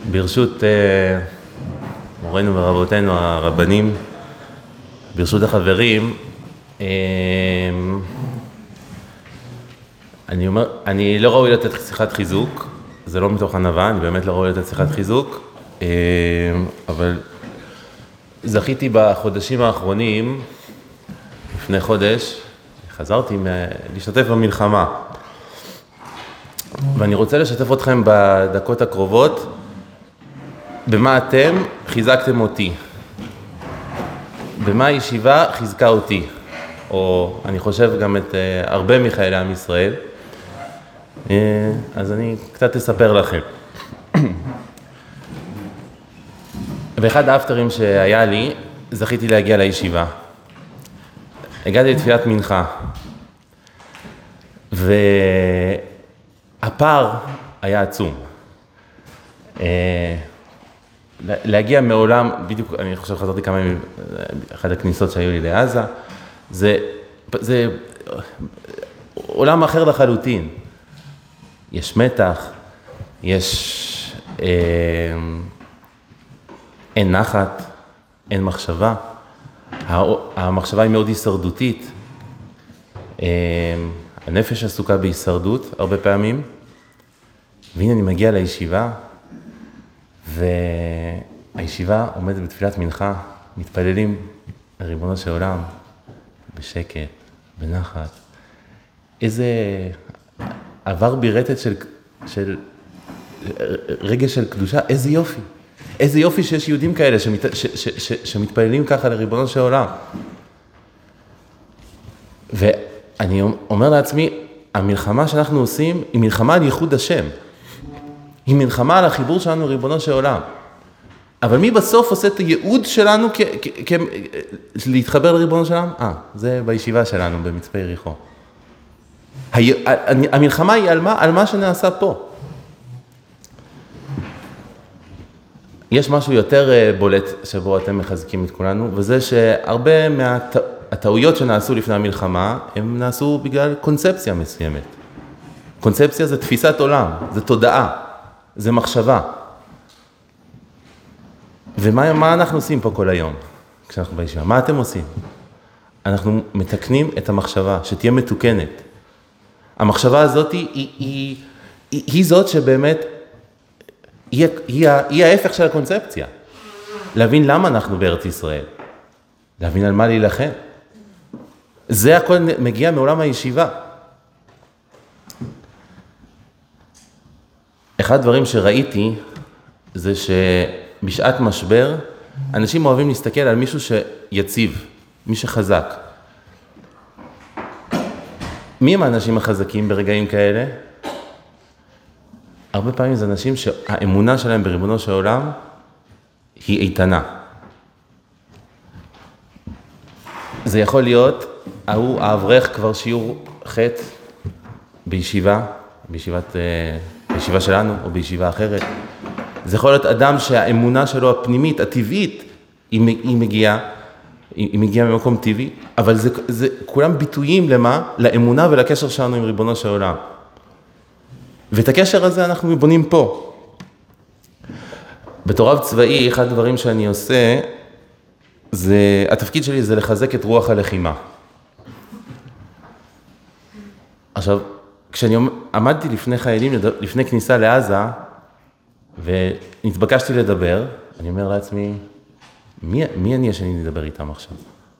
ברשות מורנו ורבותינו הרבנים, ברשות החברים, אני לא ראוי לתת שיחת חיזוק, זה לא מתוך ענווה, אני באמת לא ראוי לתת שיחת חיזוק, אבל זכיתי בחודשים האחרונים, לפני חודש, חזרתי להשתתף במלחמה. ואני רוצה לשתף אתכם בדקות הקרובות, במה אתם חיזקתם אותי, במה הישיבה חיזקה אותי, או אני חושב גם את הרבה מחיילי עם ישראל, אז אני קצת אספר לכם. באחד האפטרים שהיה לי, זכיתי להגיע לישיבה. הגעתי לתפילת מנחה, והפער היה עצום. להגיע מעולם, בדיוק, אני חושב חזרתי כמה ימים, אחת הכניסות שהיו לי לעזה, זה עולם אחר לחלוטין. יש מתח, יש אין נחת, אין מחשבה. המחשבה היא מאוד הישרדותית. הנפש עסוקה בהישרדות הרבה פעמים. והנה אני מגיע לישיבה, והישיבה עומדת בתפילת מנחה, מתפללים לריבונו של עולם, בשקט, בנחת. איזה עבר בי רטט של רגש של קדושה, איזה יופי. איזה יופי שיש יהודים כאלה שמתפללים ככה לריבונו של עולם. ואני אומר לעצמי, המלחמה שאנחנו עושים היא מלחמה על ייחוד השם. היא מלחמה על החיבור שלנו לריבונו של עולם. אבל מי בסוף עושה את הייעוד שלנו להתחבר לריבונו של עולם? זה בישיבה שלנו במצפה יריחו. המלחמה היא על מה? על מה שנעשה פה. יש משהו יותר בולט שבו אתם מחזקים את כולנו, וזה שהרבה מהטעויות שנעשו לפני המלחמה, הם נעשו בגלל קונספציה מסוימת. קונספציה זה תפיסת עולם, זה תודעה, זה מחשבה. ומה אנחנו עושים פה כל היום, כשאנחנו בישיבה? מה אתם עושים? אנחנו מתקנים את המחשבה, שתהיה מתוקנת. המחשבה הזאת היא זאת שבאמת, היא ההפך של הקונספציה. להבין למה אנחנו בארץ ישראל. להבין על מה להילחם. זה הכל מגיע מעולם הישיבה. אחד הדברים שראיתי זה שבשעת משבר אנשים אוהבים להסתכל על מישהו שיציב, מי שחזק. מי הם האנשים החזקים ברגעים כאלה? הרבה פעמים זה אנשים שהאמונה שלהם בריבונו של עולם היא איתנה. זה יכול להיות, האברך כבר שיעור חטא בישיבה שלנו או בישיבה אחרת. זה יכול להיות אדם שהאמונה שלו הפנימית, הטבעית, היא מגיעה ממקום טבעי, אבל זה כולם ביטויים למה? לאמונה ולקשר שלנו עם ריבונו של עולם. ואת הקשר הזה אנחנו בונים פה. בתור רב צבאי, אחד הדברים שאני עושה, התפקיד שלי זה לחזק את רוח הלחימה. עכשיו, כשאני עמדתי לפני חיילים, לפני כניסה לעזה, ונתבקשתי לדבר, אני אומר לעצמי, מי אני שאני אדבר איתם עכשיו?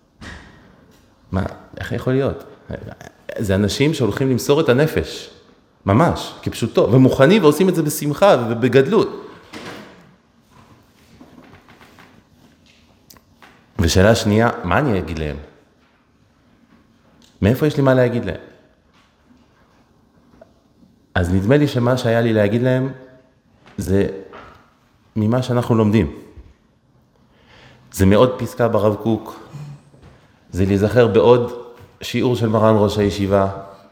איך יכול להיות? זה אנשים שהולכים למסור את הנפש. ממש, כפשוטו, ומוכנים ועושים את זה בשמחה ובגדלות. ושאלה שנייה, מה אני אגיד להם? מאיפה יש לי מה להגיד להם? אז נדמה לי שמה שהיה לי להגיד להם, זה ממה שאנחנו לומדים. זה מאוד פסקה ברב קוק, זה להיזכר בעוד שיעור של מרן ראש הישיבה,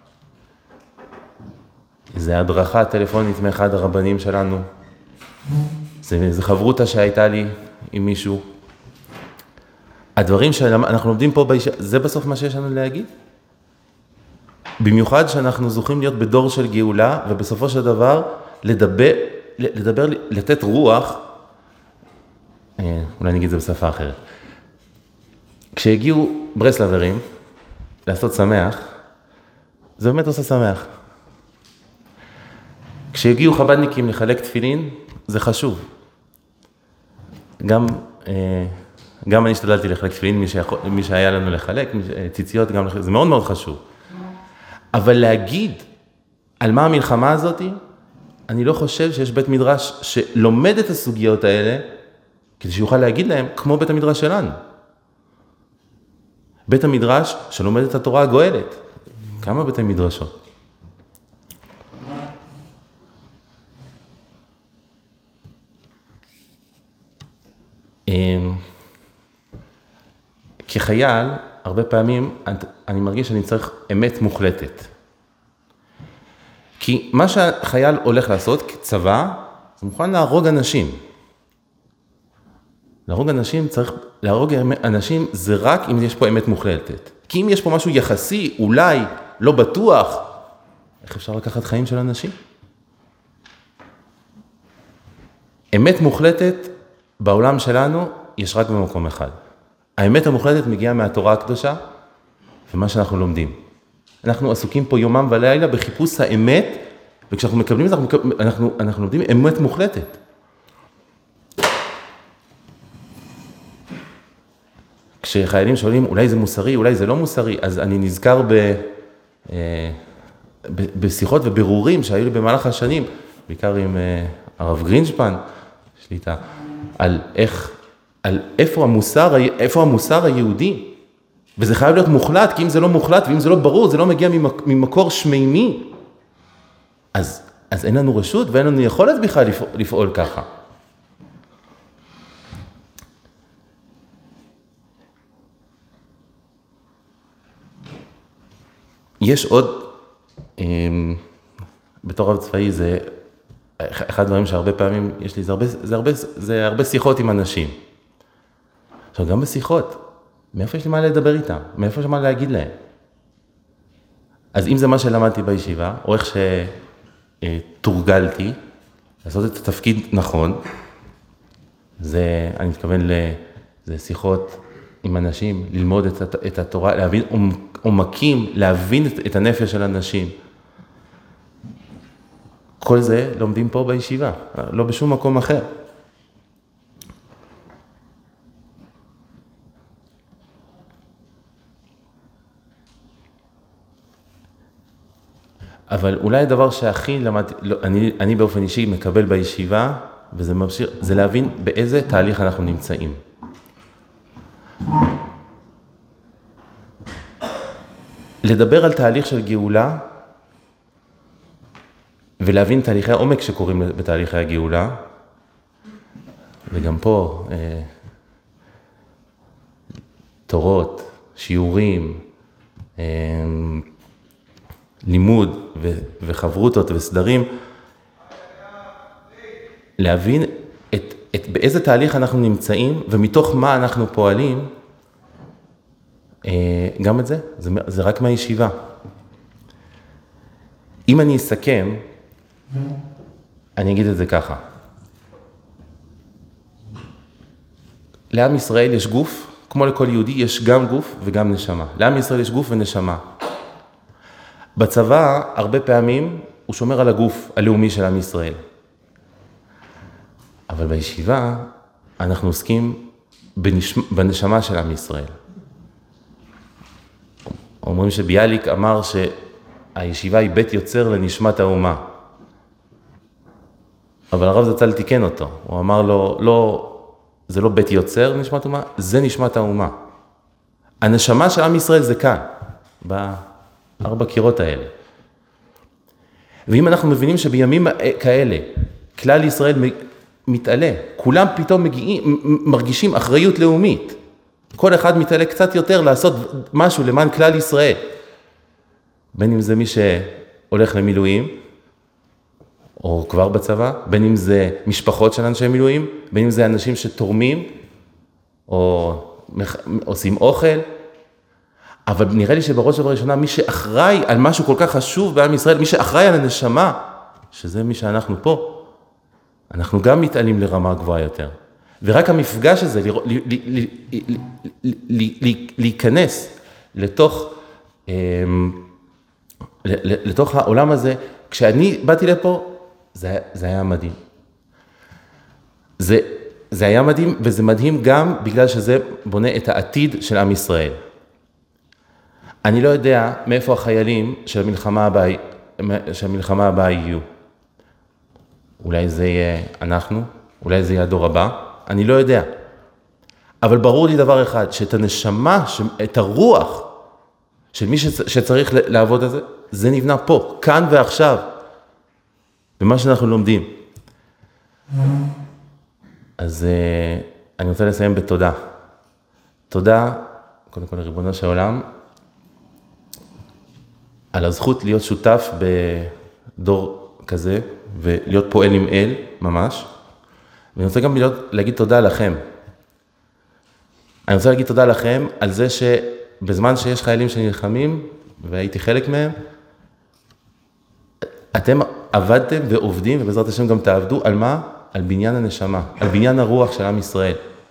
זה הדרכה טלפונית מאחד הרבנים שלנו. זה חברותה שהייתה לי עם מישהו. הדברים שאנחנו לומדים פה בישיבה, זה בסוף מה שיש לנו להגיד. במיוחד שאנחנו זוכים להיות בדור של גאולה, ובסופו של דבר לדבר, לדבר, לתת רוח, אולי אני אגיד את זה בשפה אחרת. כשהגיעו ברסלברים לעשות שמח, זה באמת עושה שמח. כשהגיעו חב"דניקים לחלק תפילין, זה חשוב. גם אני השתדלתי לחלק תפילין, מי שהיה לנו לחלק, ציציות גם לחלק, זה מאוד מאוד חשוב. אבל להגיד על מה המלחמה הזאת, אני לא חושב שיש בית מדרש שלומד את הסוגיות האלה, כדי שיוכל להגיד להם, כמו בית המדרש שלנו. בית המדרש שלומד את התורה הגואלת. כמה בית המדרשות? כחייל, הרבה פעמים אני מרגיש שאני צריך אמת מוחלטת. כי מה שהחייל הולך לעשות כצבא, הוא מוכן להרוג אנשים. להרוג אנשים זה רק אם יש פה אמת מוחלטת. כי אם יש פה משהו יחסי, אולי, לא בטוח, איך אפשר לקחת חיים של אנשים? אמת מוחלטת בעולם שלנו יש רק במקום אחד. האמת המוחלטת מגיעה מהתורה הקדושה ומה שאנחנו לומדים. אנחנו עסוקים פה יומם ולילה בחיפוש האמת, וכשאנחנו מקבלים את זה, אנחנו לומדים אמת מוחלטת. כשחיילים שואלים, אולי זה מוסרי, אולי זה לא מוסרי, אז אני נזכר בשיחות וברורים שהיו לי במהלך השנים, בעיקר עם הרב גרינשפן, שליטה, על איפה המוסר היהודי, וזה חייב להיות מוחלט, כי אם זה לא מוחלט, ואם זה לא ברור, זה לא מגיע ממקור שמימי, אז אין לנו רשות, ואין לנו יכולת בכלל לפעול ככה. יש עוד, בתור רב צבאי, זה אחד הדברים שהרבה פעמים יש לי, זה הרבה שיחות עם אנשים. עכשיו, גם בשיחות, מאיפה יש לי מה לדבר איתם? מאיפה יש לי מה להגיד להם? אז אם זה מה שלמדתי בישיבה, או איך שתורגלתי, לעשות את התפקיד נכון, אני מתכוון זה שיחות עם אנשים, ללמוד את התורה, להבין עומקים, להבין את הנפש של אנשים. כל זה לומדים פה בישיבה, לא בשום מקום אחר. אבל אולי הדבר שהכי למדתי, אני באופן אישי מקבל בישיבה, וזה ממשיך, זה להבין באיזה תהליך אנחנו נמצאים. לדבר על תהליך של גאולה, ולהבין תהליכי העומק שקורים בתהליכי הגאולה, וגם פה תורות, שיעורים, לימוד וחברותות וסדרים, להבין באיזה תהליך אנחנו נמצאים ומתוך מה אנחנו פועלים, גם את זה רק מהישיבה. אם אני אסכם, אני אגיד את זה ככה. לעם ישראל יש גוף, כמו לכל יהודי יש גם גוף וגם נשמה. לעם ישראל יש גוף ונשמה. בצבא, הרבה פעמים, הוא שומר על הגוף הלאומי של עם ישראל. אבל בישיבה, אנחנו עוסקים בנשמה של עם ישראל. אומרים שביאליק אמר שהישיבה היא בית יוצר לנשמת האומה. אבל הרב זצ"ל תיקן אותו. הוא אמר לו, לא, זה לא בית יוצר לנשמת האומה, זה נשמת האומה. הנשמה של עם ישראל זה כאן, בארבע קירות האלה. ואם אנחנו מבינים שבימים כאלה, כלל ישראל מתעלה, כולם פתאום מרגישים אחריות לאומית. כל אחד מתעלה קצת יותר לעשות משהו למען כלל ישראל. בין אם זה מי שהולך למילואים, או כבר בצבא, בין אם זה משפחות של אנשי מילואים, בין אם זה אנשים שתורמים, או עושים אוכל. אבל נראה לי שבראש ובראשונה, מי שאחראי על משהו כל כך חשוב בעם ישראל, מי שאחראי על הנשמה, שזה מי שאנחנו פה, אנחנו גם מתעלים לרמה גבוהה יותר. ורק המפגש הזה, להיכנס לתוך העולם הזה, כשאני באתי לפה, זה היה מדהים. זה היה מדהים, וזה מדהים גם בגלל שזה בונה את העתיד של עם ישראל. אני לא יודע מאיפה החיילים של המלחמה הבאה יהיו. אולי זה יהיה אנחנו, אולי זה יהיה הדור הבא, אני לא יודע. אבל ברור לי דבר אחד, שאת הנשמה, את הרוח של מי שצריך לעבוד על זה, זה נבנה פה, כאן ועכשיו, במה שאנחנו לומדים. אז אני רוצה לסיים בתודה. תודה, קודם כל לריבונו של עולם, על הזכות להיות שותף בדור כזה, ולהיות פועל עם אל, ממש. ואני רוצה גם להגיד תודה לכם. אני רוצה להגיד תודה לכם על זה שבזמן שיש חיילים שנלחמים, והייתי חלק מהם, אתם עבדתם ועובדים, ובעזרת השם גם תעבדו, על מה? על בניין הנשמה, על בניין הרוח של עם ישראל.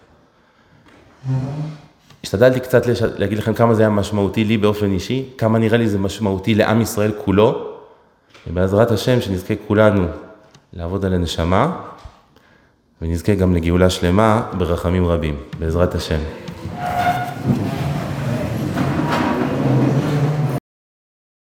השתדלתי קצת להגיד לכם כמה זה היה משמעותי לי באופן אישי, כמה נראה לי זה משמעותי לעם ישראל כולו, ובעזרת השם שנזכה כולנו לעבוד על הנשמה, ונזכה גם לגאולה שלמה ברחמים רבים, בעזרת השם.